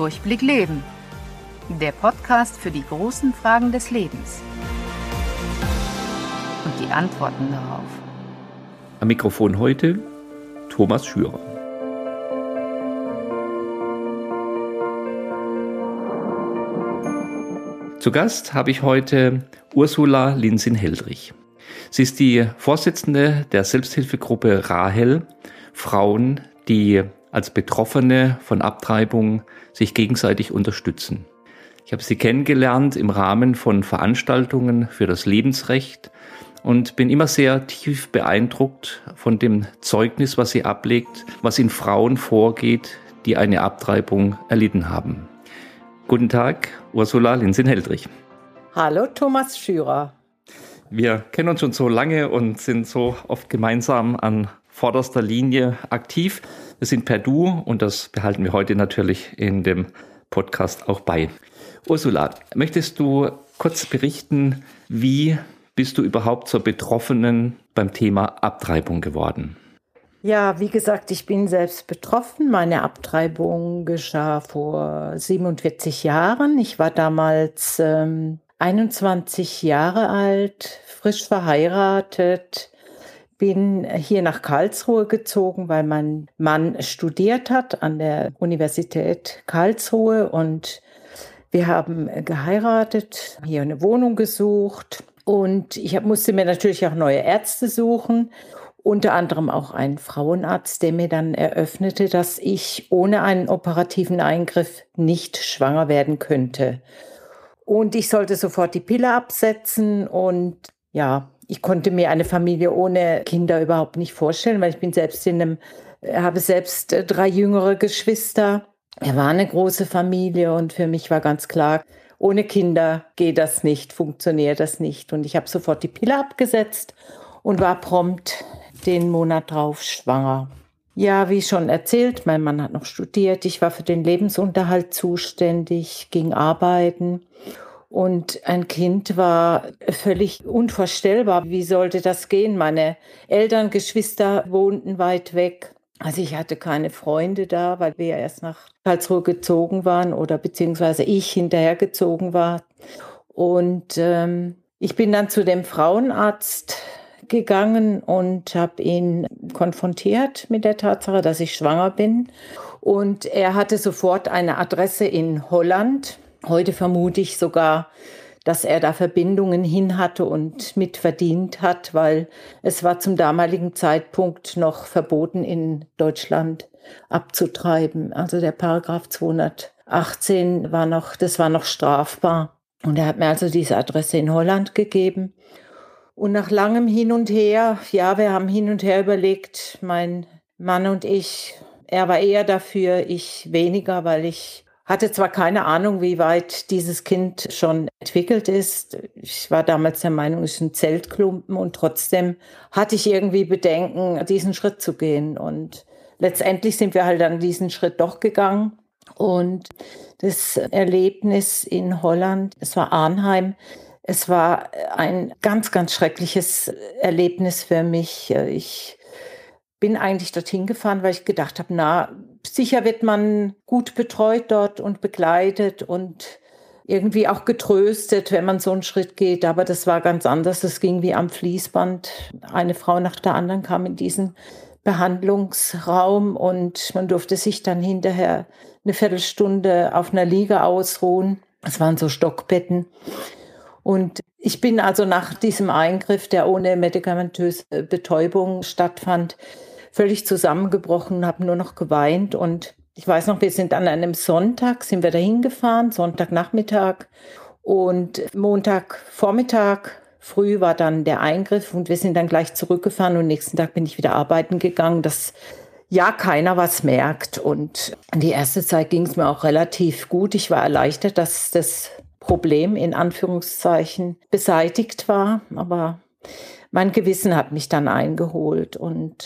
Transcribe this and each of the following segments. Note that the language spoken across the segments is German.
Durchblick Leben. Der Podcast für die großen Fragen des Lebens und die Antworten darauf. Am Mikrofon heute Thomas Schürer. Zu Gast habe ich heute Ursula Linsin-Heldrich. Sie ist die Vorsitzende der Selbsthilfegruppe Rahel, Frauen, die als Betroffene von Abtreibung sich gegenseitig unterstützen. Ich habe sie kennengelernt im Rahmen von Veranstaltungen für das Lebensrecht und bin immer sehr tief beeindruckt von dem Zeugnis, was sie ablegt, was in Frauen vorgeht, die eine Abtreibung erlitten haben. Guten Tag, Ursula Linsin-Heldrich. Hallo, Thomas Schürer. Wir kennen uns schon so lange und sind so oft gemeinsam an vorderster Linie aktiv. Wir sind per Du und das behalten wir heute natürlich in dem Podcast auch bei. Ursula, möchtest du kurz berichten, wie bist du überhaupt zur Betroffenen beim Thema Abtreibung geworden? Ja, wie gesagt, ich bin selbst betroffen. Meine Abtreibung geschah vor 47 Jahren. Ich war damals 21 Jahre alt, frisch verheiratet, bin hier nach Karlsruhe gezogen, weil mein Mann studiert hat an der Universität Karlsruhe und wir haben geheiratet, hier eine Wohnung gesucht und ich musste mir natürlich auch neue Ärzte suchen, unter anderem auch einen Frauenarzt, der mir dann eröffnete, dass ich ohne einen operativen Eingriff nicht schwanger werden könnte. Und ich sollte sofort die Pille absetzen und ja, ich konnte mir eine Familie ohne Kinder überhaupt nicht vorstellen, weil ich bin selbst habe selbst 3 jüngere Geschwister. Wir waren eine große Familie und für mich war ganz klar, ohne Kinder geht das nicht, funktioniert das nicht. Und ich habe sofort die Pille abgesetzt und war prompt den Monat drauf schwanger. Ja, wie schon erzählt, mein Mann hat noch studiert, ich war für den Lebensunterhalt zuständig, ging arbeiten. Und ein Kind war völlig unvorstellbar. Wie sollte das gehen? Meine Eltern, Geschwister wohnten weit weg. Also ich hatte keine Freunde da, weil wir ja erst nach Karlsruhe gezogen waren oder beziehungsweise ich hinterher gezogen war. Und ich bin dann zu dem Frauenarzt gegangen und habe ihn konfrontiert mit der Tatsache, dass ich schwanger bin. Und er hatte sofort eine Adresse in Holland. Heute vermute ich sogar, dass er da Verbindungen hin hatte und mitverdient hat, weil es war zum damaligen Zeitpunkt noch verboten, in Deutschland abzutreiben. Also der Paragraph 218 war noch strafbar. Und er hat mir also diese Adresse in Holland gegeben. Und nach langem Hin und Her, ja, wir haben hin und her überlegt, mein Mann und ich, er war eher dafür, ich weniger, weil ich hatte zwar keine Ahnung, wie weit dieses Kind schon entwickelt ist. Ich war damals der Meinung, es ist ein Zeltklumpen und trotzdem hatte ich irgendwie Bedenken, diesen Schritt zu gehen. Und letztendlich sind wir halt dann diesen Schritt doch gegangen. Und das Erlebnis in Holland, es war Arnhem, es war ein ganz, ganz schreckliches Erlebnis für mich. Ich bin eigentlich dorthin gefahren, weil ich gedacht habe, sicher wird man gut betreut dort und begleitet und irgendwie auch getröstet, wenn man so einen Schritt geht. Aber das war ganz anders. Das ging wie am Fließband. Eine Frau nach der anderen kam in diesen Behandlungsraum und man durfte sich dann hinterher eine Viertelstunde auf einer Liege ausruhen. Es waren so Stockbetten. Und ich bin also nach diesem Eingriff, der ohne medikamentöse Betäubung stattfand, völlig zusammengebrochen, habe nur noch geweint. Und ich weiß noch, wir sind an einem Sonntag, sind wir dahin gefahren, Sonntagnachmittag. Und Montagvormittag früh war dann der Eingriff und wir sind dann gleich zurückgefahren und nächsten Tag bin ich wieder arbeiten gegangen, dass ja keiner was merkt. Und die erste Zeit ging es mir auch relativ gut. Ich war erleichtert, dass das Problem in Anführungszeichen beseitigt war, aber mein Gewissen hat mich dann eingeholt und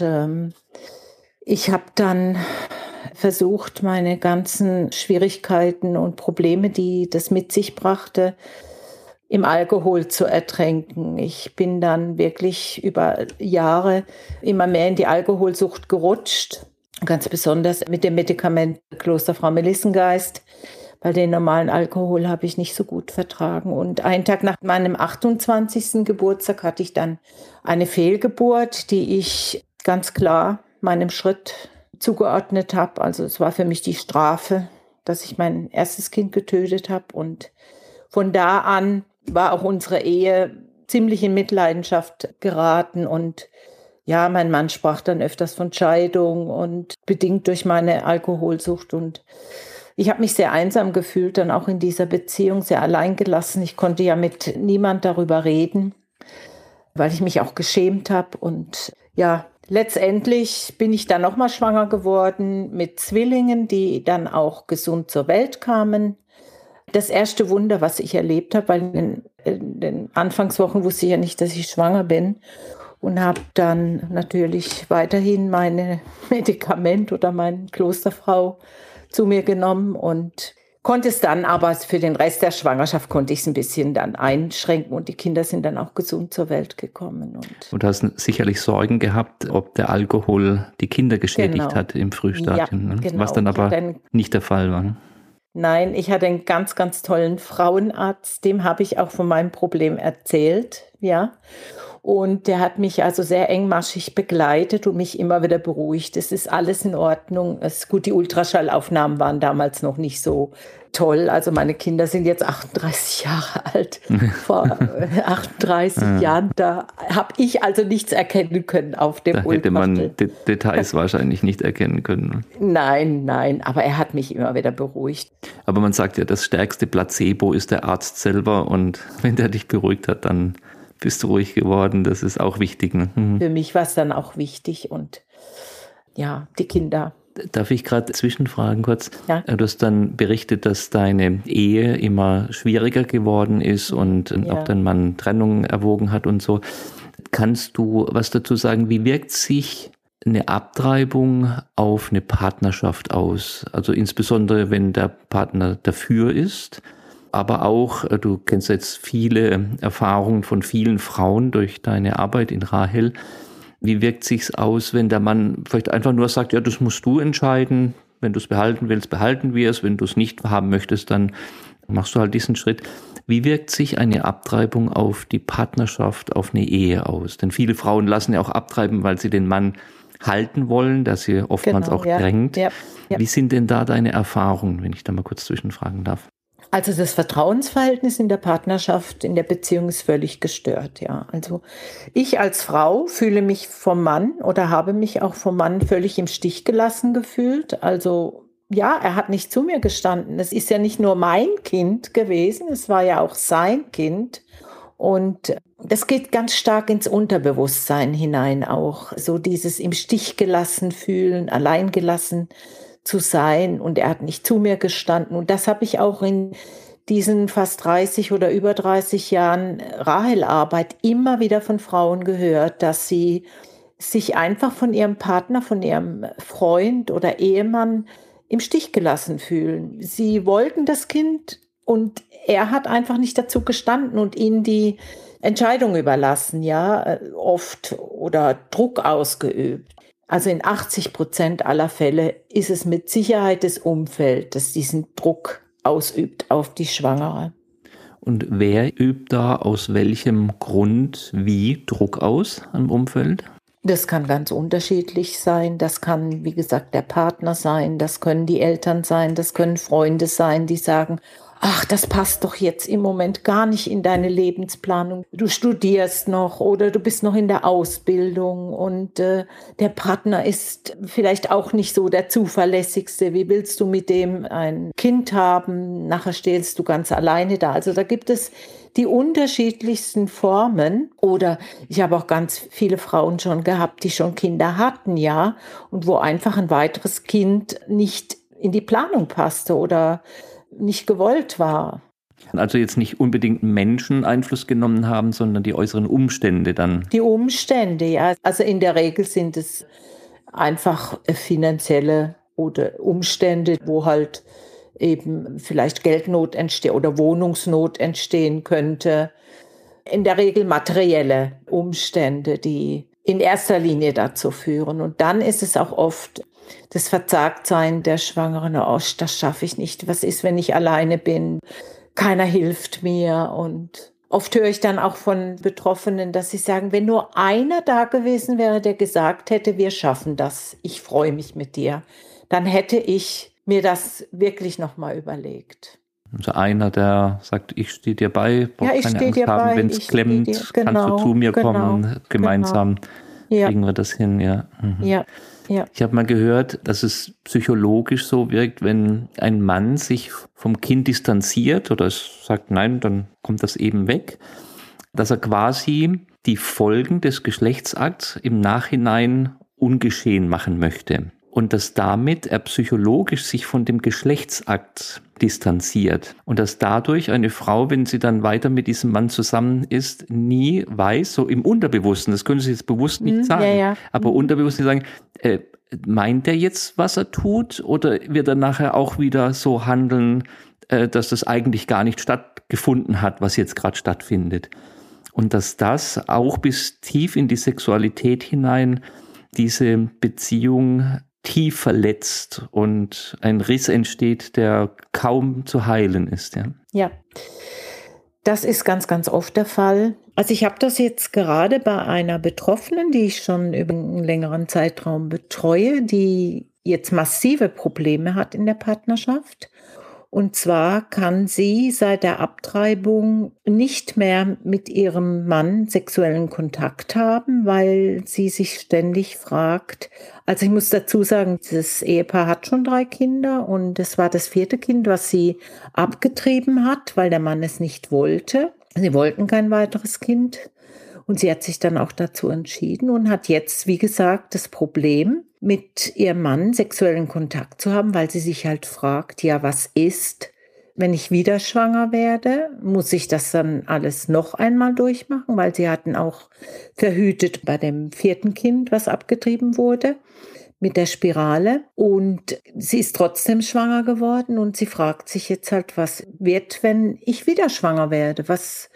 ich habe dann versucht, meine ganzen Schwierigkeiten und Probleme, die das mit sich brachte, im Alkohol zu ertränken. Ich bin dann wirklich über Jahre immer mehr in die Alkoholsucht gerutscht Ganz besonders mit dem Medikament Klosterfrau Melissengeist, weil den normalen Alkohol habe ich nicht so gut vertragen. Und einen Tag nach meinem 28. Geburtstag hatte ich dann eine Fehlgeburt, die ich ganz klar meinem Schritt zugeordnet habe. Also es war für mich die Strafe, dass ich mein erstes Kind getötet habe. Und von da an war auch unsere Ehe ziemlich in Mitleidenschaft geraten. Und ja, mein Mann sprach dann öfters von Scheidung und bedingt durch meine Alkoholsucht. Und ich habe mich sehr einsam gefühlt, dann auch in dieser Beziehung, sehr alleingelassen. Ich konnte ja mit niemand darüber reden, weil ich mich auch geschämt habe. Und ja, letztendlich bin ich dann nochmal schwanger geworden mit Zwillingen, die dann auch gesund zur Welt kamen. Das erste Wunder, was ich erlebt habe, weil in den Anfangswochen wusste ich ja nicht, dass ich schwanger bin. Und habe dann natürlich weiterhin meine Medikamente oder meine Klosterfrau zu mir genommen und konnte es dann aber für den Rest der Schwangerschaft konnte ich es ein bisschen dann einschränken und die Kinder sind dann auch gesund zur Welt gekommen. Und du hast sicherlich Sorgen gehabt, ob der Alkohol die Kinder geschädigt hat im Frühstadium, ja, genau. Was dann aber nicht der Fall war. Nein, ich hatte einen ganz, ganz tollen Frauenarzt, dem habe ich auch von meinem Problem erzählt, ja. Und der hat mich also sehr engmaschig begleitet und mich immer wieder beruhigt. Es ist alles in Ordnung. Es ist gut, die Ultraschallaufnahmen waren damals noch nicht so toll. Also meine Kinder sind jetzt 38 Jahre alt. Vor 38 Jahren, da habe ich also nichts erkennen können auf dem Ultraschall. Da hätte man Details wahrscheinlich nicht erkennen können. Nein, aber er hat mich immer wieder beruhigt. Aber man sagt ja, das stärkste Placebo ist der Arzt selber und wenn der dich beruhigt hat, dann bist du ruhig geworden, das ist auch wichtig. Ne? Für mich war es dann auch wichtig und ja, die Kinder. Darf ich gerade zwischenfragen kurz? Ja. Du hast dann berichtet, dass deine Ehe immer schwieriger geworden ist und auch dein Mann Trennung erwogen hat und so. Kannst du was dazu sagen, wie wirkt sich eine Abtreibung auf eine Partnerschaft aus? Also insbesondere, wenn der Partner dafür ist. Aber auch, du kennst jetzt viele Erfahrungen von vielen Frauen durch deine Arbeit in Rahel. Wie wirkt sich's aus, wenn der Mann vielleicht einfach nur sagt, ja, das musst du entscheiden. Wenn du es behalten willst, behalten wir es. Wenn du es nicht haben möchtest, dann machst du halt diesen Schritt. Wie wirkt sich eine Abtreibung auf die Partnerschaft, auf eine Ehe aus? Denn viele Frauen lassen ja auch abtreiben, weil sie den Mann halten wollen, dass sie oftmals auch drängt. Ja. Wie sind denn da deine Erfahrungen, wenn ich da mal kurz zwischenfragen darf? Also das Vertrauensverhältnis in der Partnerschaft, in der Beziehung ist völlig gestört, ja. Also ich als Frau fühle mich vom Mann oder habe mich auch vom Mann völlig im Stich gelassen gefühlt. Also ja, er hat nicht zu mir gestanden. Es ist ja nicht nur mein Kind gewesen, es war ja auch sein Kind. Und das geht ganz stark ins Unterbewusstsein hinein auch. So dieses im Stich gelassen fühlen, allein gelassen zu sein und er hat nicht zu mir gestanden. Und das habe ich auch in diesen fast 30 oder über 30 Jahren Rahel-Arbeit immer wieder von Frauen gehört, dass sie sich einfach von ihrem Partner, von ihrem Freund oder Ehemann im Stich gelassen fühlen. Sie wollten das Kind und er hat einfach nicht dazu gestanden und ihnen die Entscheidung überlassen, ja, oft oder Druck ausgeübt. Also in 80% aller Fälle ist es mit Sicherheit das Umfeld, das diesen Druck ausübt auf die Schwangere. Und wer übt da aus welchem Grund wie Druck aus am Umfeld? Das kann ganz unterschiedlich sein. Das kann, wie gesagt, der Partner sein, das können die Eltern sein, das können Freunde sein, die sagen, ach, das passt doch jetzt im Moment gar nicht in deine Lebensplanung. Du studierst noch oder du bist noch in der Ausbildung und der Partner ist vielleicht auch nicht so der zuverlässigste. Wie willst du mit dem ein Kind haben? Nachher stehst du ganz alleine da. Also da gibt es die unterschiedlichsten Formen. Oder ich habe auch ganz viele Frauen schon gehabt, die schon Kinder hatten, ja, und wo einfach ein weiteres Kind nicht in die Planung passte oder nicht gewollt war. Also jetzt nicht unbedingt Menschen Einfluss genommen haben, sondern die äußeren Umstände dann. Die Umstände, ja. Also in der Regel sind es einfach finanzielle oder Umstände, wo halt eben vielleicht Geldnot entsteht oder Wohnungsnot entstehen könnte. In der Regel materielle Umstände, die in erster Linie dazu führen. Und dann ist es auch oft das Verzagtsein der Schwangeren, oh, das schaffe ich nicht. Was ist, wenn ich alleine bin? Keiner hilft mir. Und oft höre ich dann auch von Betroffenen, dass sie sagen, wenn nur einer da gewesen wäre, der gesagt hätte, wir schaffen das, ich freue mich mit dir, dann hätte ich mir das wirklich nochmal überlegt. Also einer, der sagt, ich stehe dir bei, brauch keine Angst haben, wenn es klemmt, kannst du zu mir kommen, gemeinsam kriegen wir das hin. Ja. Ja. Ich habe mal gehört, dass es psychologisch so wirkt, wenn ein Mann sich vom Kind distanziert oder sagt, nein, dann kommt das eben weg, dass er quasi die Folgen des Geschlechtsakts im Nachhinein ungeschehen machen möchte. Und dass damit er psychologisch sich von dem Geschlechtsakt distanziert. Und dass dadurch eine Frau, wenn sie dann weiter mit diesem Mann zusammen ist, nie weiß, so im Unterbewussten, das können Sie jetzt bewusst nicht sagen, aber unterbewusst nicht sagen, meint er jetzt, was er tut, oder wird er nachher auch wieder so handeln, dass das eigentlich gar nicht stattgefunden hat, was jetzt gerade stattfindet. Und dass das auch bis tief in die Sexualität hinein diese Beziehung tief verletzt und ein Riss entsteht, der kaum zu heilen ist. Ja, das ist ganz, ganz oft der Fall. Also ich habe das jetzt gerade bei einer Betroffenen, die ich schon über einen längeren Zeitraum betreue, die jetzt massive Probleme hat in der Partnerschaft. Und zwar kann sie seit der Abtreibung nicht mehr mit ihrem Mann sexuellen Kontakt haben, weil sie sich ständig fragt, also ich muss dazu sagen, das Ehepaar hat schon 3 Kinder und es war das 4. Kind, was sie abgetrieben hat, weil der Mann es nicht wollte. Sie wollten kein weiteres Kind und sie hat sich dann auch dazu entschieden und hat jetzt, wie gesagt, das Problem, mit ihrem Mann sexuellen Kontakt zu haben, weil sie sich halt fragt, ja, was ist, wenn ich wieder schwanger werde? Muss ich das dann alles noch einmal durchmachen? Weil sie hatten auch verhütet bei dem 4. Kind, was abgetrieben wurde, mit der Spirale. Und sie ist trotzdem schwanger geworden und sie fragt sich jetzt halt, was wird, wenn ich wieder schwanger werde? Was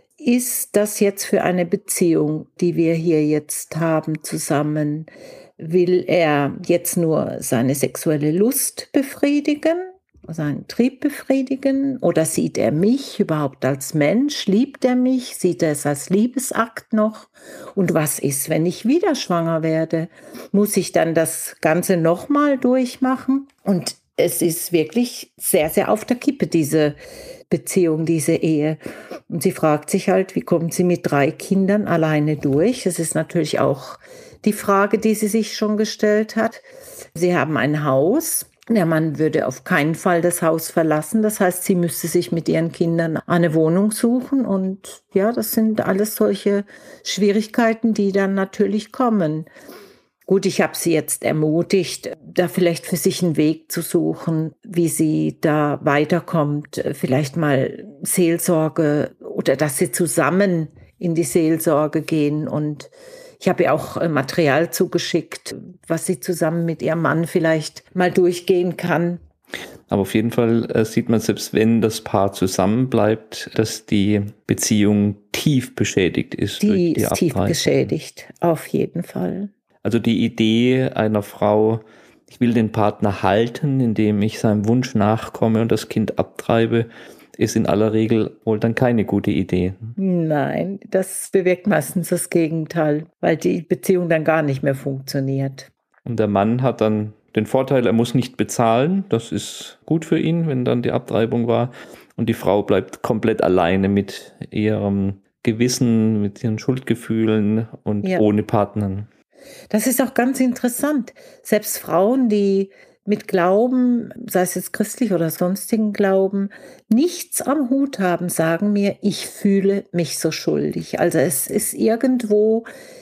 ist das jetzt für eine Beziehung, die wir hier jetzt haben zusammen? Will er jetzt nur seine sexuelle Lust befriedigen, seinen Trieb befriedigen? Oder sieht er mich überhaupt als Mensch? Liebt er mich? Sieht er es als Liebesakt noch? Und was ist, wenn ich wieder schwanger werde? Muss ich dann das Ganze nochmal durchmachen? Und es ist wirklich sehr, sehr auf der Kippe, diese Beziehung, diese Ehe. Und sie fragt sich halt, wie kommt sie mit 3 Kindern alleine durch? Das ist natürlich auch die Frage, die sie sich schon gestellt hat. Sie haben ein Haus. Der Mann würde auf keinen Fall das Haus verlassen. Das heißt, sie müsste sich mit ihren Kindern eine Wohnung suchen. Und ja, das sind alles solche Schwierigkeiten, die dann natürlich kommen. Gut, ich habe sie jetzt ermutigt, da vielleicht für sich einen Weg zu suchen, wie sie da weiterkommt. Vielleicht mal Seelsorge oder dass sie zusammen in die Seelsorge gehen. Und ich habe ihr auch Material zugeschickt, was sie zusammen mit ihrem Mann vielleicht mal durchgehen kann. Aber auf jeden Fall sieht man, selbst wenn das Paar zusammenbleibt, dass die Beziehung tief beschädigt ist. Die ist tief beschädigt, auf jeden Fall. Also die Idee einer Frau, ich will den Partner halten, indem ich seinem Wunsch nachkomme und das Kind abtreibe, ist in aller Regel wohl dann keine gute Idee. Nein, das bewirkt meistens das Gegenteil, weil die Beziehung dann gar nicht mehr funktioniert. Und der Mann hat dann den Vorteil, er muss nicht bezahlen. Das ist gut für ihn, wenn dann die Abtreibung war. Und die Frau bleibt komplett alleine mit ihrem Gewissen, mit ihren Schuldgefühlen und ohne Partnern. Das ist auch ganz interessant. Selbst Frauen, die mit Glauben, sei es jetzt christlich oder sonstigen Glauben, nichts am Hut haben, sagen mir, ich fühle mich so schuldig. Also es ist irgendwo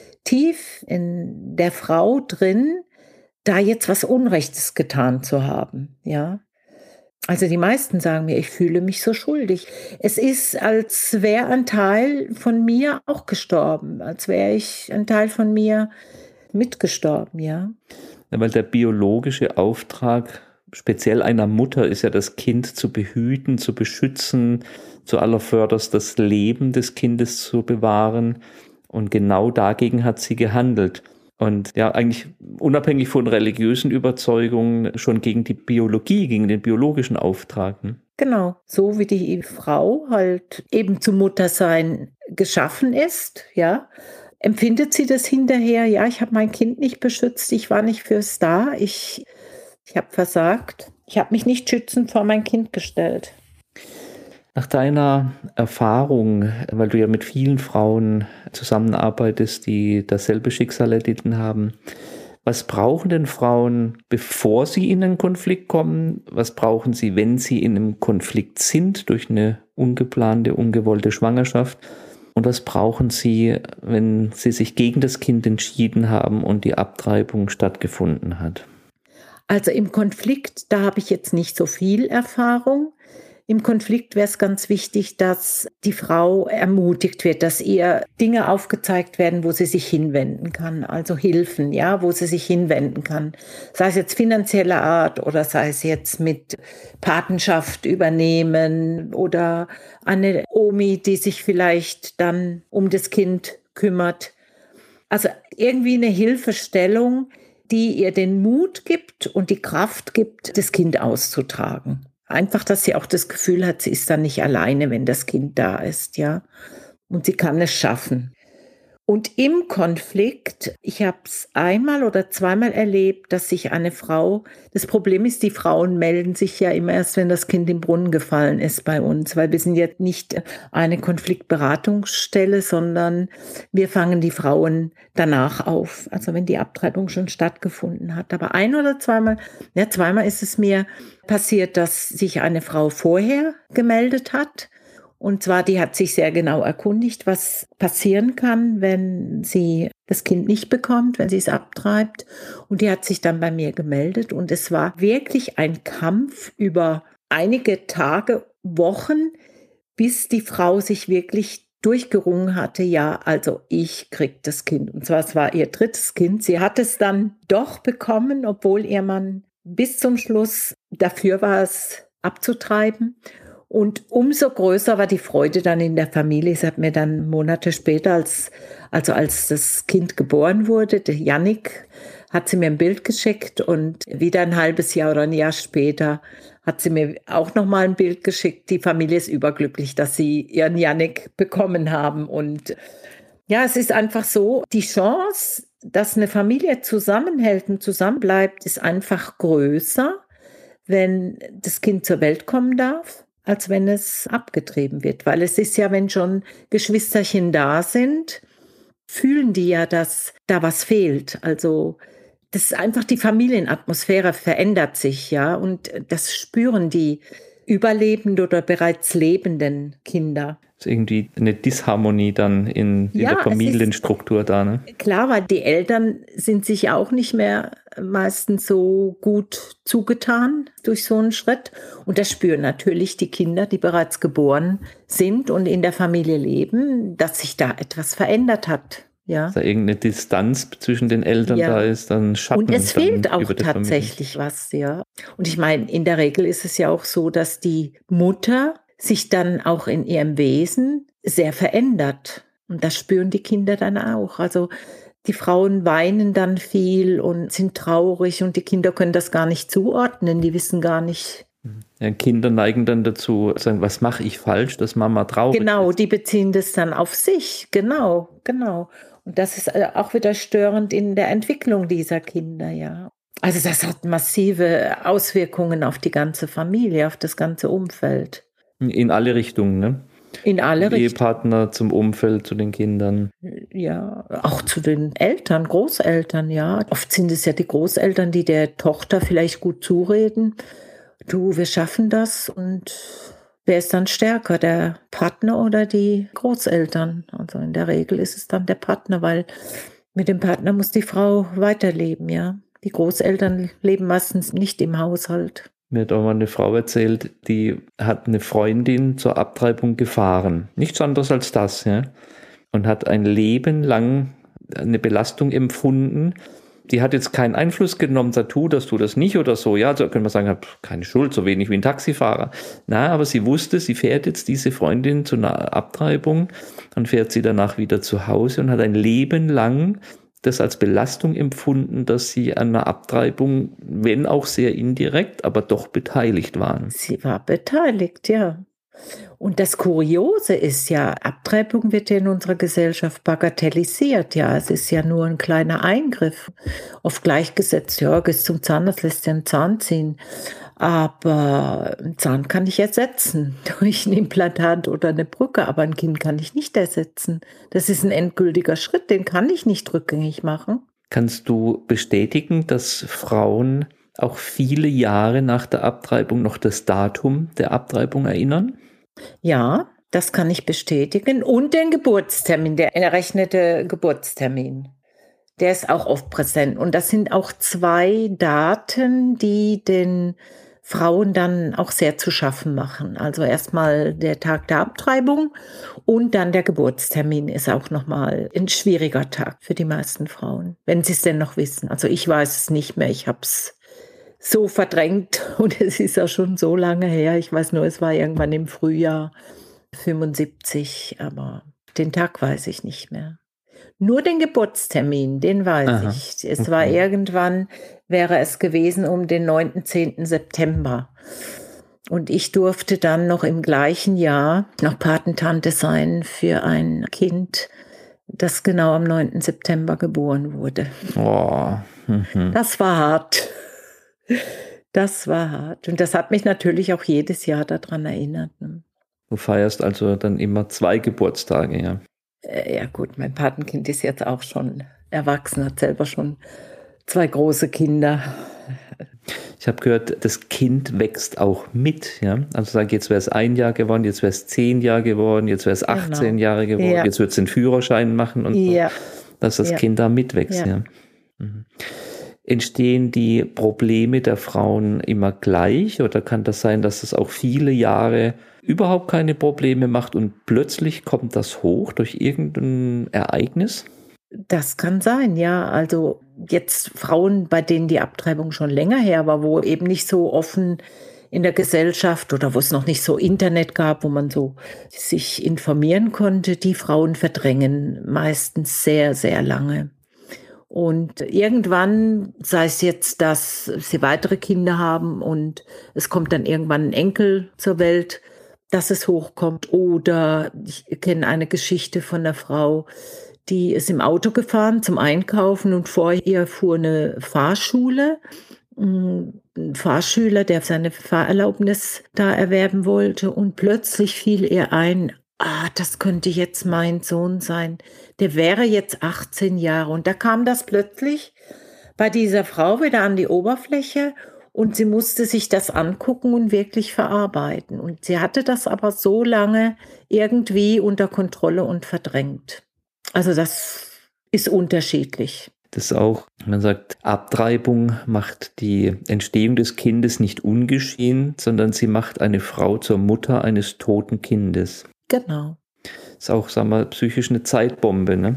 tief in der Frau drin, da jetzt was Unrechtes getan zu haben, ja. Also die meisten sagen mir, ich fühle mich so schuldig. Es ist, als wäre ein Teil von mir auch gestorben, als wäre ich ein Teil von mir mitgestorben, ja. Weil der biologische Auftrag speziell einer Mutter ist ja, das Kind zu behüten, zu beschützen, zu allervörderst das Leben des Kindes zu bewahren. Und genau dagegen hat sie gehandelt. Und ja, eigentlich unabhängig von religiösen Überzeugungen schon gegen die Biologie, gegen den biologischen Auftrag. Ne? Genau, so wie die Frau halt eben zum Muttersein geschaffen ist, ja, empfindet sie das hinterher, ja, ich habe mein Kind nicht beschützt, ich war nicht fürs da, ich habe versagt, ich habe mich nicht schützend vor mein Kind gestellt. Nach deiner Erfahrung, weil du ja mit vielen Frauen zusammenarbeitest, die dasselbe Schicksal erlitten haben, was brauchen denn Frauen, bevor sie in einen Konflikt kommen? Was brauchen sie, wenn sie in einem Konflikt sind, durch eine ungeplante, ungewollte Schwangerschaft? Und was brauchen sie, wenn sie sich gegen das Kind entschieden haben und die Abtreibung stattgefunden hat? Also im Konflikt, da habe ich jetzt nicht so viel Erfahrung. Im Konflikt wäre es ganz wichtig, dass die Frau ermutigt wird, dass ihr Dinge aufgezeigt werden, wo sie sich hinwenden kann, also Hilfen, ja, wo sie sich hinwenden kann. Sei es jetzt finanzieller Art oder sei es jetzt mit Patenschaft übernehmen oder eine Omi, die sich vielleicht dann um das Kind kümmert. Also irgendwie eine Hilfestellung, die ihr den Mut gibt und die Kraft gibt, das Kind auszutragen. Einfach, dass sie auch das Gefühl hat, sie ist dann nicht alleine, wenn das Kind da ist, ja. Und sie kann es schaffen. Und im Konflikt, ich habe es einmal oder zweimal erlebt, dass sich eine Frau, das Problem ist, die Frauen melden sich ja immer erst, wenn das Kind im Brunnen gefallen ist bei uns, weil wir sind jetzt nicht eine Konfliktberatungsstelle, sondern wir fangen die Frauen danach auf, also wenn die Abtreibung schon stattgefunden hat. Aber ein oder zweimal, ja, zweimal ist es mir passiert, dass sich eine Frau vorher gemeldet hat. Und zwar, die hat sich sehr genau erkundigt, was passieren kann, wenn sie das Kind nicht bekommt, wenn sie es abtreibt. Und die hat sich dann bei mir gemeldet. Und es war wirklich ein Kampf über einige Tage, Wochen, bis die Frau sich wirklich durchgerungen hatte, ja, also ich krieg das Kind. Und zwar, es war ihr drittes Kind. Sie hat es dann doch bekommen, obwohl ihr Mann bis zum Schluss dafür war, es abzutreiben. Und umso größer war die Freude dann in der Familie. Sie hat mir dann Monate später, als das Kind geboren wurde, der Jannik, hat sie mir ein Bild geschickt und wieder ein halbes Jahr oder ein Jahr später hat sie mir auch nochmal ein Bild geschickt. Die Familie ist überglücklich, dass sie ihren Jannik bekommen haben. Und ja, es ist einfach so, die Chance, dass eine Familie zusammenhält und zusammenbleibt, ist einfach größer, wenn das Kind zur Welt kommen darf, als wenn es abgetrieben wird. Weil es ist ja, wenn schon Geschwisterchen da sind, fühlen die ja, dass da was fehlt. Also das ist einfach, die Familienatmosphäre verändert sich, ja. Und das spüren die überlebenden oder bereits lebenden Kinder. Ist irgendwie eine Disharmonie dann in der Familienstruktur da, ne? Klar, weil die Eltern sind sich auch nicht mehr meistens so gut zugetan durch so einen Schritt. Und das spüren natürlich die Kinder, die bereits geboren sind und in der Familie leben, dass sich da etwas verändert hat. Ja. Dass da irgendeine Distanz zwischen den Eltern da ist, dann Schatten. Und es fehlt auch tatsächlich was, ja. Und ich meine, in der Regel ist es ja auch so, dass die Mutter sich dann auch in ihrem Wesen sehr verändert. Und das spüren die Kinder dann auch. Also die Frauen weinen dann viel und sind traurig und die Kinder können das gar nicht zuordnen. Die wissen gar nicht. Ja, Kinder neigen dann dazu, sagen, was mache ich falsch, dass Mama traurig ist. Genau, die beziehen das dann auf sich. Genau. Und das ist auch wieder störend in der Entwicklung dieser Kinder, ja. Also das hat massive Auswirkungen auf die ganze Familie, auf das ganze Umfeld. In alle Richtungen, ne? In alle Richtungen. Ehepartner, zum Umfeld, zu den Kindern. Ja, auch zu den Eltern, Großeltern, ja. Oft sind es ja die Großeltern, die der Tochter vielleicht gut zureden. Du, wir schaffen das. Und wer ist dann stärker, der Partner oder die Großeltern? Also in der Regel ist es dann der Partner, weil mit dem Partner muss die Frau weiterleben, ja. Die Großeltern leben meistens nicht im Haushalt. Mir hat auch mal eine Frau erzählt, die hat eine Freundin zur Abtreibung gefahren. Nichts anderes als das, ja. Und hat ein Leben lang eine Belastung empfunden. Die hat jetzt keinen Einfluss genommen, sagt, tu das nicht oder so. Ja, so können wir sagen, hat keine Schuld, so wenig wie ein Taxifahrer. Na, aber sie wusste, sie fährt jetzt diese Freundin zu einer Abtreibung und fährt sie danach wieder zu Hause und hat ein Leben lang das als Belastung empfunden, dass Sie an einer Abtreibung, wenn auch sehr indirekt, aber doch beteiligt waren? Sie war beteiligt, ja. Und das Kuriose ist ja, Abtreibung wird ja in unserer Gesellschaft bagatellisiert. Ja, es ist ja nur ein kleiner Eingriff. Oft gleichgesetzt, ja, gehst zum Zahnarzt, lässt dir einen Zahn ziehen. Aber einen Zahn kann ich ersetzen durch ein Implantat oder eine Brücke, aber ein Kind kann ich nicht ersetzen. Das ist ein endgültiger Schritt, den kann ich nicht rückgängig machen. Kannst du bestätigen, dass Frauen auch viele Jahre nach der Abtreibung noch das Datum der Abtreibung erinnern? Ja, das kann ich bestätigen. Und den Geburtstermin, der errechnete Geburtstermin. Der ist auch oft präsent. Und das sind auch 2 Daten, die den Frauen dann auch sehr zu schaffen machen. Also erstmal der Tag der Abtreibung und dann der Geburtstermin ist auch nochmal ein schwieriger Tag für die meisten Frauen, wenn sie es denn noch wissen. Also ich weiß es nicht mehr, ich habe es so verdrängt und es ist ja schon so lange her. Ich weiß nur, es war irgendwann im Frühjahr 75, aber den Tag weiß ich nicht mehr. Nur den Geburtstermin, den weiß ich. Es war irgendwann, wäre es gewesen um den 9., 10. September. Und ich durfte dann noch im gleichen Jahr noch Patentante sein für ein Kind, das genau am 9. September geboren wurde. Oh. Das war hart. Das war hart. Und das hat mich natürlich auch jedes Jahr daran erinnert. Du feierst also dann immer 2 Geburtstage, ja? Ja gut, mein Patenkind ist jetzt auch schon erwachsen, hat selber schon 2 große Kinder. Ich habe gehört, das Kind wächst auch mit, ja? Also sag, jetzt wäre es 1 Jahr geworden, jetzt wäre es 10 Jahre geworden, jetzt wäre es 18 Jahre geworden, jetzt wird es den Führerschein machen und so, dass das Kind da mitwächst, ja. Entstehen die Probleme der Frauen immer gleich oder kann das sein, dass es auch viele Jahre überhaupt keine Probleme macht und plötzlich kommt das hoch durch irgendein Ereignis? Das kann sein, ja. Also jetzt Frauen, bei denen die Abtreibung schon länger her war, wo eben nicht so offen in der Gesellschaft oder wo es noch nicht so Internet gab, wo man so sich informieren konnte, die Frauen verdrängen meistens sehr, sehr lange. Und irgendwann, sei es jetzt, dass sie weitere Kinder haben und es kommt dann irgendwann ein Enkel zur Welt, dass es hochkommt. Oder ich kenne eine Geschichte von einer Frau, die ist im Auto gefahren zum Einkaufen und vor ihr fuhr eine Fahrschule. Ein Fahrschüler, der seine Fahrerlaubnis da erwerben wollte und plötzlich fiel ihr ein, das könnte jetzt mein Sohn sein. Der wäre jetzt 18 Jahre. Und da kam das plötzlich bei dieser Frau wieder an die Oberfläche und sie musste sich das angucken und wirklich verarbeiten. Und sie hatte das aber so lange irgendwie unter Kontrolle und verdrängt. Also das ist unterschiedlich. Das ist auch, man sagt, Abtreibung macht die Entstehung des Kindes nicht ungeschehen, sondern sie macht eine Frau zur Mutter eines toten Kindes. Genau. Ist auch, sagen wir, psychisch eine Zeitbombe, ne?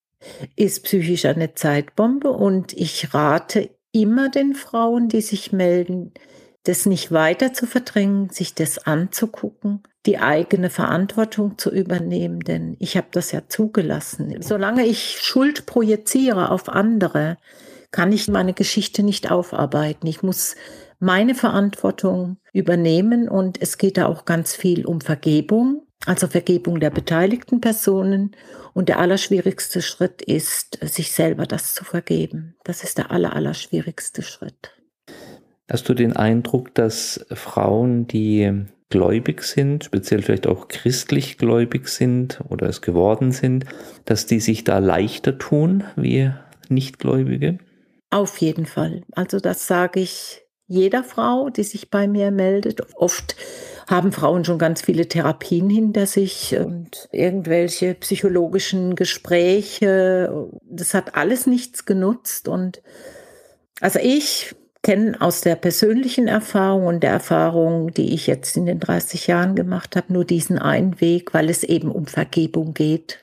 Ist psychisch eine Zeitbombe und ich rate immer den Frauen, die sich melden, das nicht weiter zu verdrängen, sich das anzugucken, die eigene Verantwortung zu übernehmen, denn ich habe das ja zugelassen. Solange ich Schuld projiziere auf andere, kann ich meine Geschichte nicht aufarbeiten. Ich muss meine Verantwortung übernehmen und es geht da auch ganz viel um Vergebung, also Vergebung der beteiligten Personen. Und der allerschwierigste Schritt ist, sich selber das zu vergeben. Das ist der allerschwierigste Schritt. Hast du den Eindruck, dass Frauen, die gläubig sind, speziell vielleicht auch christlich gläubig sind oder es geworden sind, dass die sich da leichter tun wie Nichtgläubige? Auf jeden Fall. Also das sage ich jeder Frau, die sich bei mir meldet. Oft haben Frauen schon ganz viele Therapien hinter sich und irgendwelche psychologischen Gespräche. Das hat alles nichts genutzt. Und also ich kenne aus der persönlichen Erfahrung und der Erfahrung, die ich jetzt in den 30 Jahren gemacht habe, nur diesen einen Weg, weil es eben um Vergebung geht.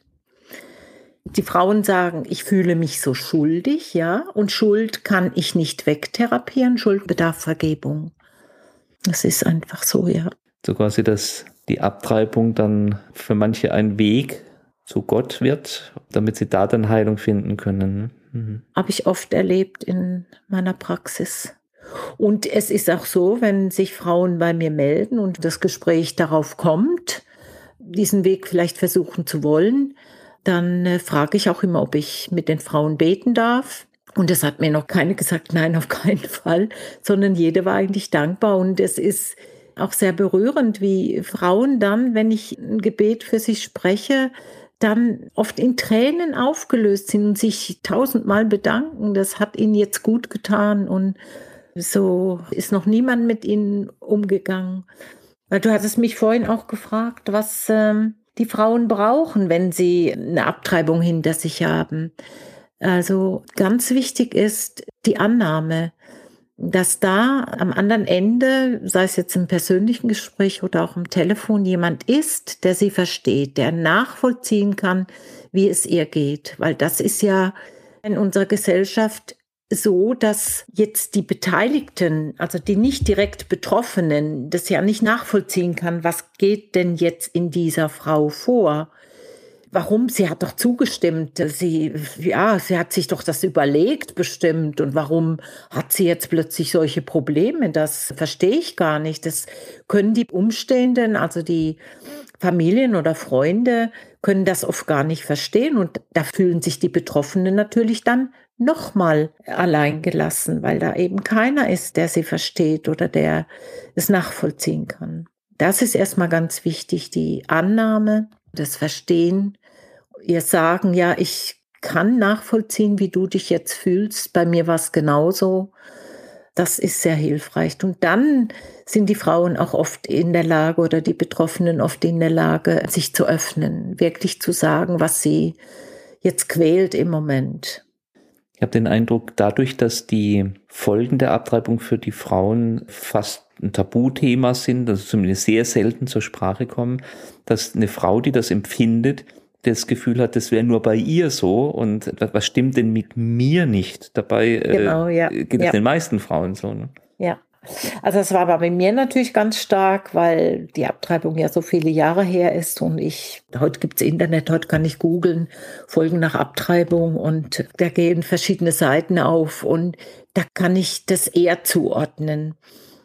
Die Frauen sagen, ich fühle mich so schuldig, ja, und Schuld kann ich nicht wegtherapieren, Schuld bedarf Vergebung. Das ist einfach so, ja. So quasi, dass die Abtreibung dann für manche ein Weg zu Gott wird, damit sie da dann Heilung finden können. Habe ich oft erlebt in meiner Praxis. Und es ist auch so, wenn sich Frauen bei mir melden und das Gespräch darauf kommt, diesen Weg vielleicht versuchen zu wollen, dann frage ich auch immer, ob ich mit den Frauen beten darf. Und es hat mir noch keine gesagt, nein, auf keinen Fall, sondern jede war eigentlich dankbar. Und es ist auch sehr berührend, wie Frauen dann, wenn ich ein Gebet für sie spreche, dann oft in Tränen aufgelöst sind und sich tausendmal bedanken. Das hat ihnen jetzt gut getan und so ist noch niemand mit ihnen umgegangen. Weil du hattest mich vorhin auch gefragt, was die Frauen brauchen, wenn sie eine Abtreibung hinter sich haben. Also ganz wichtig ist die Annahme, dass da am anderen Ende, sei es jetzt im persönlichen Gespräch oder auch am Telefon, jemand ist, der sie versteht, der nachvollziehen kann, wie es ihr geht. Weil das ist ja in unserer Gesellschaft so, dass jetzt die Beteiligten, also die nicht direkt Betroffenen, das ja nicht nachvollziehen kann, was geht denn jetzt in dieser Frau vor? Warum? Sie hat doch zugestimmt. Sie hat sich doch das überlegt bestimmt. Und warum hat sie jetzt plötzlich solche Probleme? Das verstehe ich gar nicht. Das können die Umstehenden, also die Familien oder Freunde, können das oft gar nicht verstehen. Und da fühlen sich die Betroffenen natürlich dann nochmal alleingelassen, weil da eben keiner ist, der sie versteht oder der es nachvollziehen kann. Das ist erstmal ganz wichtig, die Annahme, das Verstehen. Ihr sagen, ja, ich kann nachvollziehen, wie du dich jetzt fühlst. Bei mir war es genauso. Das ist sehr hilfreich. Und dann sind die Frauen auch oft in der Lage oder die Betroffenen oft in der Lage, sich zu öffnen, wirklich zu sagen, was sie jetzt quält im Moment. Ich habe den Eindruck, dadurch, dass die Folgen der Abtreibung für die Frauen fast ein Tabuthema sind, also zumindest sehr selten zur Sprache kommen, dass eine Frau, die das empfindet, das Gefühl hat, das wäre nur bei ihr so und was stimmt denn mit mir nicht? Dabei geht es den meisten Frauen so. Ne? Ja, also das war bei mir natürlich ganz stark, weil die Abtreibung ja so viele Jahre her ist und heute gibt es Internet, heute kann ich googeln, Folgen nach Abtreibung und da gehen verschiedene Seiten auf und da kann ich das eher zuordnen.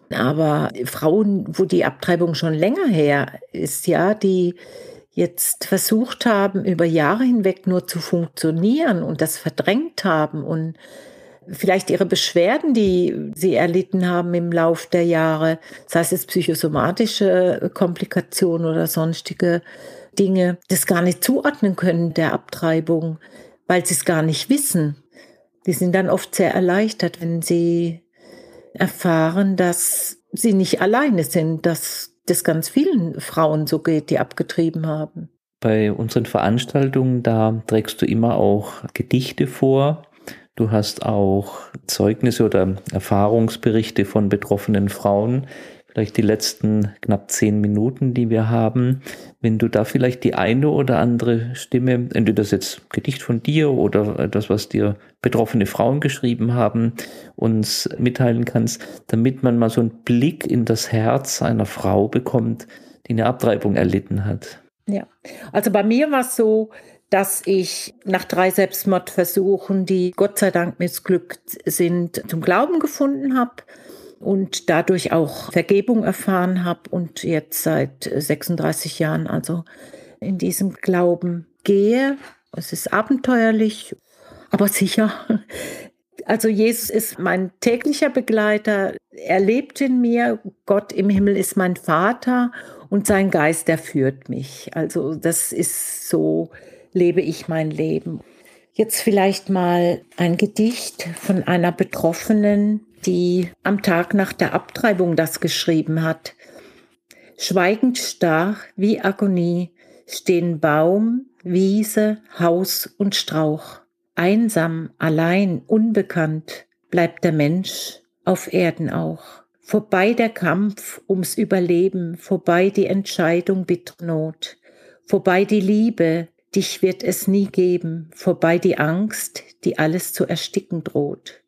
Aber Frauen, wo die Abtreibung schon länger her ist, ja, die jetzt versucht haben, über Jahre hinweg nur zu funktionieren und das verdrängt haben und vielleicht ihre Beschwerden, die sie erlitten haben im Lauf der Jahre, sei es jetzt psychosomatische Komplikationen oder sonstige Dinge, das gar nicht zuordnen können der Abtreibung, weil sie es gar nicht wissen. Die sind dann oft sehr erleichtert, wenn sie erfahren, dass sie nicht alleine sind, dass das ganz vielen Frauen so geht, die abgetrieben haben. Bei unseren Veranstaltungen, da trägst du immer auch Gedichte vor. Du hast auch Zeugnisse oder Erfahrungsberichte von betroffenen Frauen. Vielleicht die letzten knapp 10 Minuten, die wir haben. Wenn du da vielleicht die eine oder andere Stimme, entweder das jetzt Gedicht von dir oder das, was dir betroffene Frauen geschrieben haben, uns mitteilen kannst, damit man mal so einen Blick in das Herz einer Frau bekommt, die eine Abtreibung erlitten hat. Ja, also bei mir war es so, dass ich nach 3 Selbstmordversuchen, die Gott sei Dank missglückt sind, zum Glauben gefunden habe und dadurch auch Vergebung erfahren habe und jetzt seit 36 Jahren also in diesem Glauben gehe. Es ist abenteuerlich, aber sicher. Also Jesus ist mein täglicher Begleiter. Er lebt in mir. Gott im Himmel ist mein Vater und sein Geist, der führt mich. Also das ist so, lebe ich mein Leben. Jetzt vielleicht mal ein Gedicht von einer Betroffenen, die am Tag nach der Abtreibung das geschrieben hat. Schweigend starr wie Agonie stehen Baum, Wiese, Haus und Strauch. Einsam, allein, unbekannt bleibt der Mensch auf Erden auch. Vorbei der Kampf ums Überleben, vorbei die Entscheidung bittere Not, vorbei die Liebe, dich wird es nie geben, vorbei die Angst, die alles zu ersticken droht.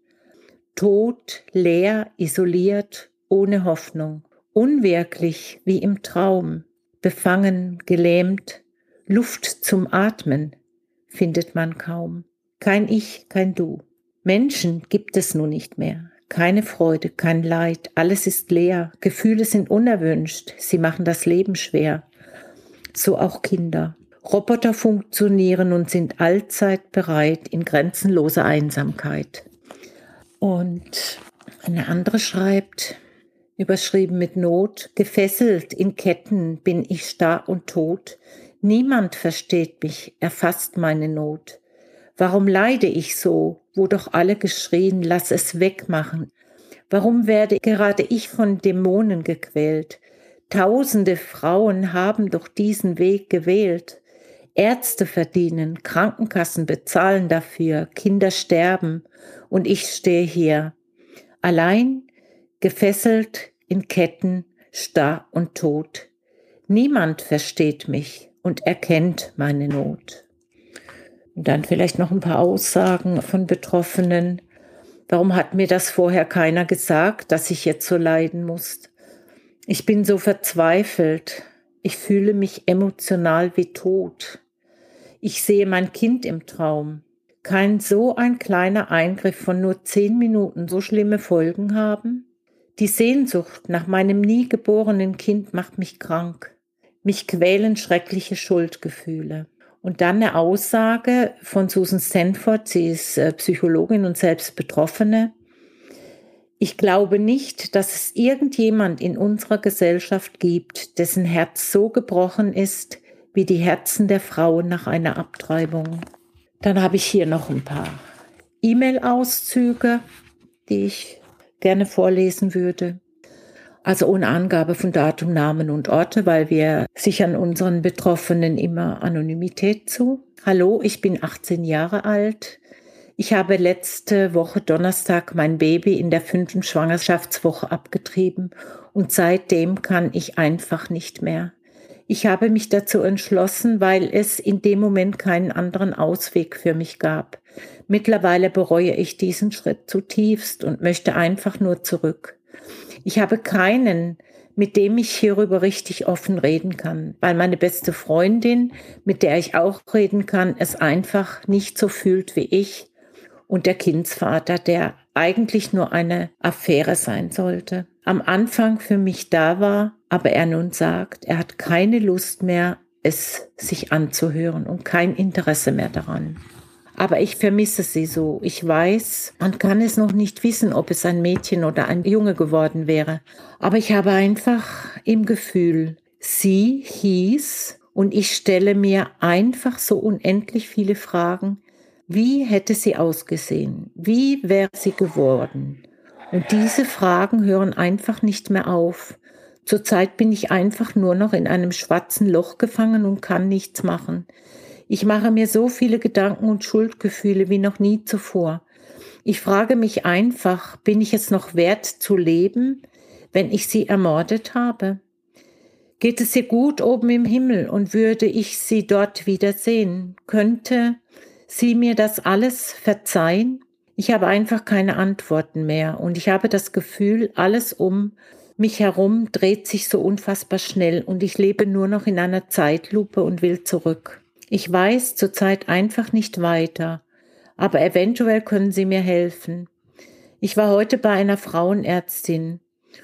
Tot, leer, isoliert, ohne Hoffnung, unwirklich wie im Traum, befangen, gelähmt, Luft zum Atmen findet man kaum. Kein Ich, kein Du. Menschen gibt es nun nicht mehr. Keine Freude, kein Leid, alles ist leer. Gefühle sind unerwünscht, sie machen das Leben schwer. So auch Kinder. Roboter funktionieren und sind allzeit bereit in grenzenloser Einsamkeit. Und eine andere schreibt, überschrieben mit Not, gefesselt in Ketten bin ich starr und tot. Niemand versteht mich, erfasst meine Not. Warum leide ich so, wo doch alle geschrien, lass es wegmachen? Warum werde gerade ich von Dämonen gequält? Tausende Frauen haben doch diesen Weg gewählt. Ärzte verdienen, Krankenkassen bezahlen dafür, Kinder sterben und ich stehe hier. Allein, gefesselt in Ketten, starr und tot. Niemand versteht mich und erkennt meine Not. Und dann vielleicht noch ein paar Aussagen von Betroffenen. Warum hat mir das vorher keiner gesagt, dass ich jetzt so leiden muss? Ich bin so verzweifelt. Ich fühle mich emotional wie tot. Ich sehe mein Kind im Traum. Kann so ein kleiner Eingriff von nur 10 Minuten so schlimme Folgen haben? Die Sehnsucht nach meinem nie geborenen Kind macht mich krank. Mich quälen schreckliche Schuldgefühle. Und dann eine Aussage von Susan Stanford, sie ist Psychologin und selbst Betroffene. Ich glaube nicht, dass es irgendjemand in unserer Gesellschaft gibt, dessen Herz so gebrochen ist, wie die Herzen der Frauen nach einer Abtreibung. Dann habe ich hier noch ein paar E-Mail-Auszüge, die ich gerne vorlesen würde. Also ohne Angabe von Datum, Namen und Orte, weil wir sichern unseren Betroffenen immer Anonymität zu. Hallo, ich bin 18 Jahre alt. Ich habe letzte Woche Donnerstag mein Baby in der 5. Schwangerschaftswoche abgetrieben und seitdem kann ich einfach nicht mehr. Ich habe mich dazu entschlossen, weil es in dem Moment keinen anderen Ausweg für mich gab. Mittlerweile bereue ich diesen Schritt zutiefst und möchte einfach nur zurück. Ich habe keinen, mit dem ich hierüber richtig offen reden kann, weil meine beste Freundin, mit der ich auch reden kann, es einfach nicht so fühlt wie ich und der Kindsvater, der eigentlich nur eine Affäre sein sollte. Am Anfang für mich da war, aber er nun sagt, er hat keine Lust mehr, es sich anzuhören und kein Interesse mehr daran. Aber ich vermisse sie so. Ich weiß, man kann es noch nicht wissen, ob es ein Mädchen oder ein Junge geworden wäre. Aber ich habe einfach im Gefühl, sie hieß und ich stelle mir einfach so unendlich viele Fragen. Wie hätte sie ausgesehen? Wie wäre sie geworden? Und diese Fragen hören einfach nicht mehr auf. Zurzeit bin ich einfach nur noch in einem schwarzen Loch gefangen und kann nichts machen. Ich mache mir so viele Gedanken und Schuldgefühle wie noch nie zuvor. Ich frage mich einfach, bin ich es noch wert zu leben, wenn ich sie ermordet habe? Geht es ihr gut oben im Himmel und würde ich sie dort wiedersehen? Könnte sie mir das alles verzeihen? Ich habe einfach keine Antworten mehr und ich habe das Gefühl, alles um mich herum dreht sich so unfassbar schnell und ich lebe nur noch in einer Zeitlupe und will zurück. Ich weiß zurzeit einfach nicht weiter, aber eventuell können Sie mir helfen. Ich war heute bei einer Frauenärztin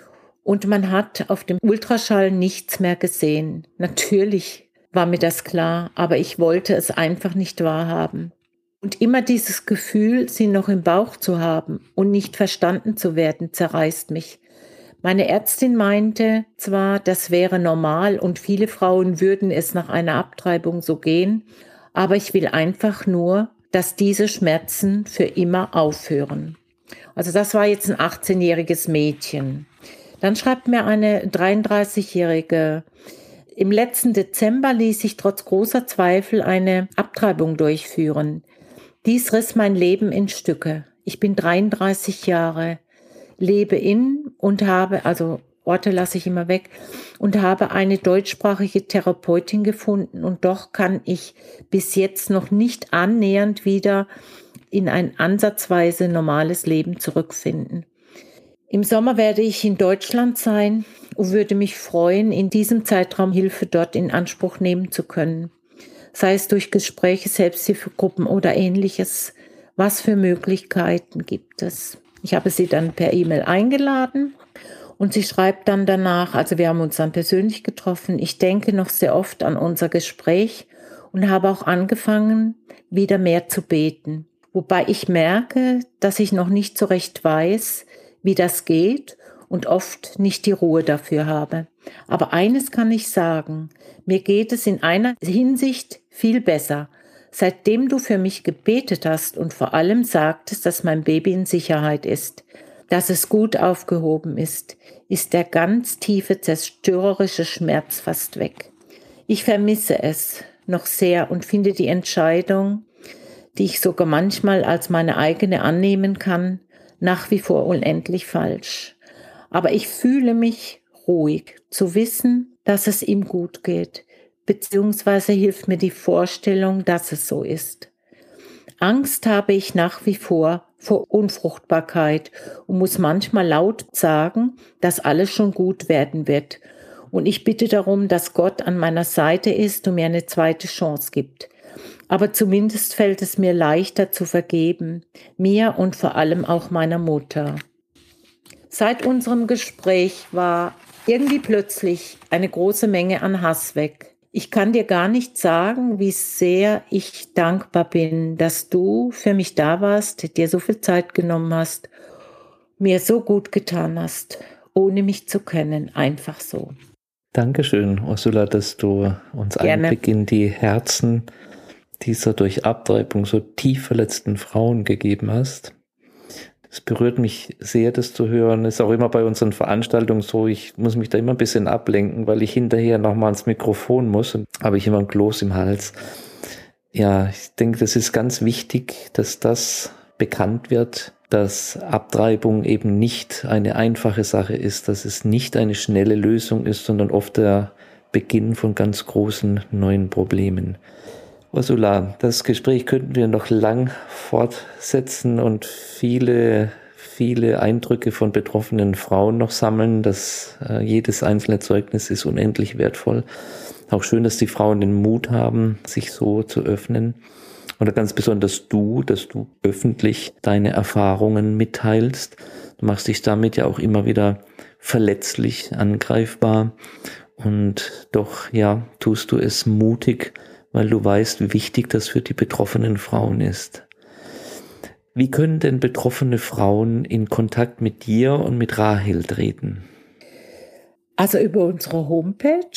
und man hat auf dem Ultraschall nichts mehr gesehen. Natürlich war mir das klar, aber ich wollte es einfach nicht wahrhaben. Und immer dieses Gefühl, sie noch im Bauch zu haben und nicht verstanden zu werden, zerreißt mich. Meine Ärztin meinte zwar, das wäre normal und viele Frauen würden es nach einer Abtreibung so gehen, aber ich will einfach nur, dass diese Schmerzen für immer aufhören. Also das war jetzt ein 18-jähriges Mädchen. Dann schreibt mir eine 33-jährige, im letzten Dezember ließ ich trotz großer Zweifel eine Abtreibung durchführen. Dies riss mein Leben in Stücke. Ich bin 33 Jahre, lebe in und habe, also Orte lasse ich immer weg, und habe eine deutschsprachige Therapeutin gefunden und doch kann ich bis jetzt noch nicht annähernd wieder in ein ansatzweise normales Leben zurückfinden. Im Sommer werde ich in Deutschland sein und würde mich freuen, in diesem Zeitraum Hilfe dort in Anspruch nehmen zu können. Sei es durch Gespräche, Selbsthilfegruppen oder Ähnliches. Was für Möglichkeiten gibt es? Ich habe sie dann per E-Mail eingeladen und sie schreibt dann danach, also wir haben uns dann persönlich getroffen, ich denke noch sehr oft an unser Gespräch und habe auch angefangen, wieder mehr zu beten. Wobei ich merke, dass ich noch nicht so recht weiß, wie das geht und oft nicht die Ruhe dafür habe. Aber eines kann ich sagen, mir geht es in einer Hinsicht viel besser. Seitdem du für mich gebetet hast und vor allem sagtest, dass mein Baby in Sicherheit ist, dass es gut aufgehoben ist der ganz tiefe, zerstörerische Schmerz fast weg. Ich vermisse es noch sehr und finde die Entscheidung, die ich sogar manchmal als meine eigene annehmen kann, nach wie vor unendlich falsch. Aber ich fühle mich ruhig, zu wissen, dass es ihm gut geht, beziehungsweise hilft mir die Vorstellung, dass es so ist. Angst habe ich nach wie vor Unfruchtbarkeit und muss manchmal laut sagen, dass alles schon gut werden wird. Und ich bitte darum, dass Gott an meiner Seite ist und mir eine zweite Chance gibt. Aber zumindest fällt es mir leichter zu vergeben, mir und vor allem auch meiner Mutter. Seit unserem Gespräch war irgendwie plötzlich eine große Menge an Hass weg. Ich kann dir gar nicht sagen, wie sehr ich dankbar bin, dass du für mich da warst, dir so viel Zeit genommen hast, mir so gut getan hast, ohne mich zu kennen, einfach so. Dankeschön, Ursula, dass du uns Einblick in die Herzen dieser durch Abtreibung so tief verletzten Frauen gegeben hast. Es berührt mich sehr, das zu hören. Es ist auch immer bei unseren Veranstaltungen so, ich muss mich da immer ein bisschen ablenken, weil ich hinterher nochmal ans Mikrofon muss und habe ich immer ein Kloß im Hals. Ja, ich denke, das ist ganz wichtig, dass das bekannt wird, dass Abtreibung eben nicht eine einfache Sache ist, dass es nicht eine schnelle Lösung ist, sondern oft der Beginn von ganz großen neuen Problemen. Ursula, das Gespräch könnten wir noch lang fortsetzen und viele Eindrücke von betroffenen Frauen noch sammeln. Jedes einzelne Zeugnis ist unendlich wertvoll. Auch schön, dass die Frauen den Mut haben, sich so zu öffnen. Und ganz besonders dass du öffentlich deine Erfahrungen mitteilst. Du machst dich damit ja auch immer wieder verletzlich, angreifbar. Und doch, ja, tust du es mutig, weil du weißt, wie wichtig das für die betroffenen Frauen ist. Wie können denn betroffene Frauen in Kontakt mit dir und mit Rahel treten? Also über unsere Homepage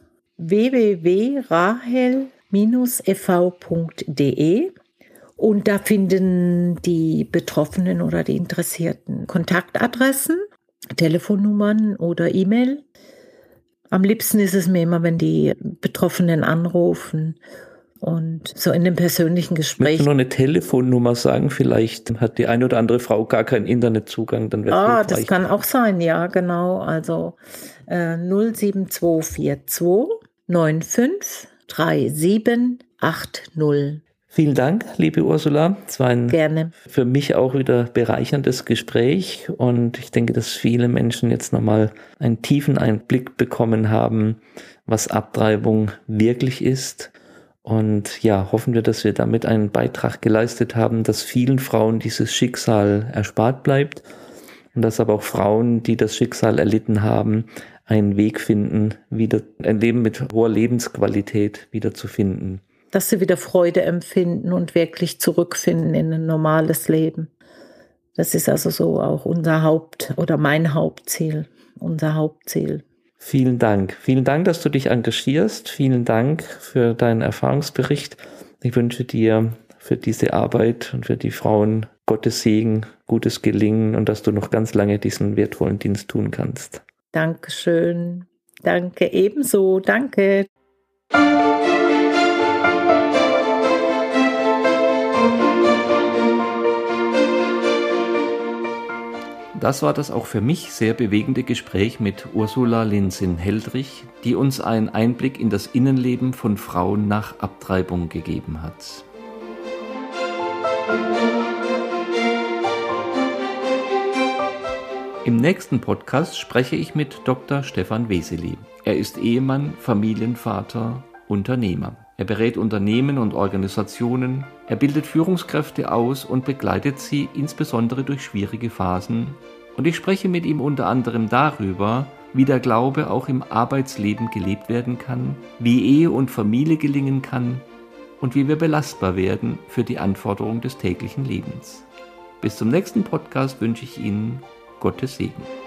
www.rahel-ev.de und da finden die Betroffenen oder die Interessierten Kontaktadressen, Telefonnummern oder E-Mail. Am liebsten ist es mir immer, wenn die Betroffenen anrufen und so in dem persönlichen Gespräch. Möchtest du noch eine Telefonnummer sagen? Vielleicht hat die eine oder andere Frau gar keinen Internetzugang. Dann das kann auch sein, ja, genau. Also 07242 953780. Vielen Dank, liebe Ursula. Es war Gerne. Für mich auch wieder bereicherndes Gespräch und ich denke, dass viele Menschen jetzt nochmal einen tiefen Einblick bekommen haben, was Abtreibung wirklich ist. Und ja, hoffen wir, dass wir damit einen Beitrag geleistet haben, dass vielen Frauen dieses Schicksal erspart bleibt und dass aber auch Frauen, die das Schicksal erlitten haben, einen Weg finden, wieder ein Leben mit hoher Lebensqualität wieder zu finden. Dass sie wieder Freude empfinden und wirklich zurückfinden in ein normales Leben. Das ist also so auch mein Hauptziel, unser Hauptziel. Vielen Dank. Vielen Dank, dass du dich engagierst. Vielen Dank für deinen Erfahrungsbericht. Ich wünsche dir für diese Arbeit und für die Frauen Gottes Segen, gutes Gelingen und dass du noch ganz lange diesen wertvollen Dienst tun kannst. Dankeschön. Danke ebenso. Danke. Das war das auch für mich sehr bewegende Gespräch mit Ursula Linsin-Heldrich, die uns einen Einblick in das Innenleben von Frauen nach Abtreibung gegeben hat. Im nächsten Podcast spreche ich mit Dr. Stefan Wesely. Er ist Ehemann, Familienvater, Unternehmer. Er berät Unternehmen und Organisationen, er bildet Führungskräfte aus und begleitet sie insbesondere durch schwierige Phasen. Und ich spreche mit ihm unter anderem darüber, wie der Glaube auch im Arbeitsleben gelebt werden kann, wie Ehe und Familie gelingen kann und wie wir belastbar werden für die Anforderungen des täglichen Lebens. Bis zum nächsten Podcast wünsche ich Ihnen Gottes Segen.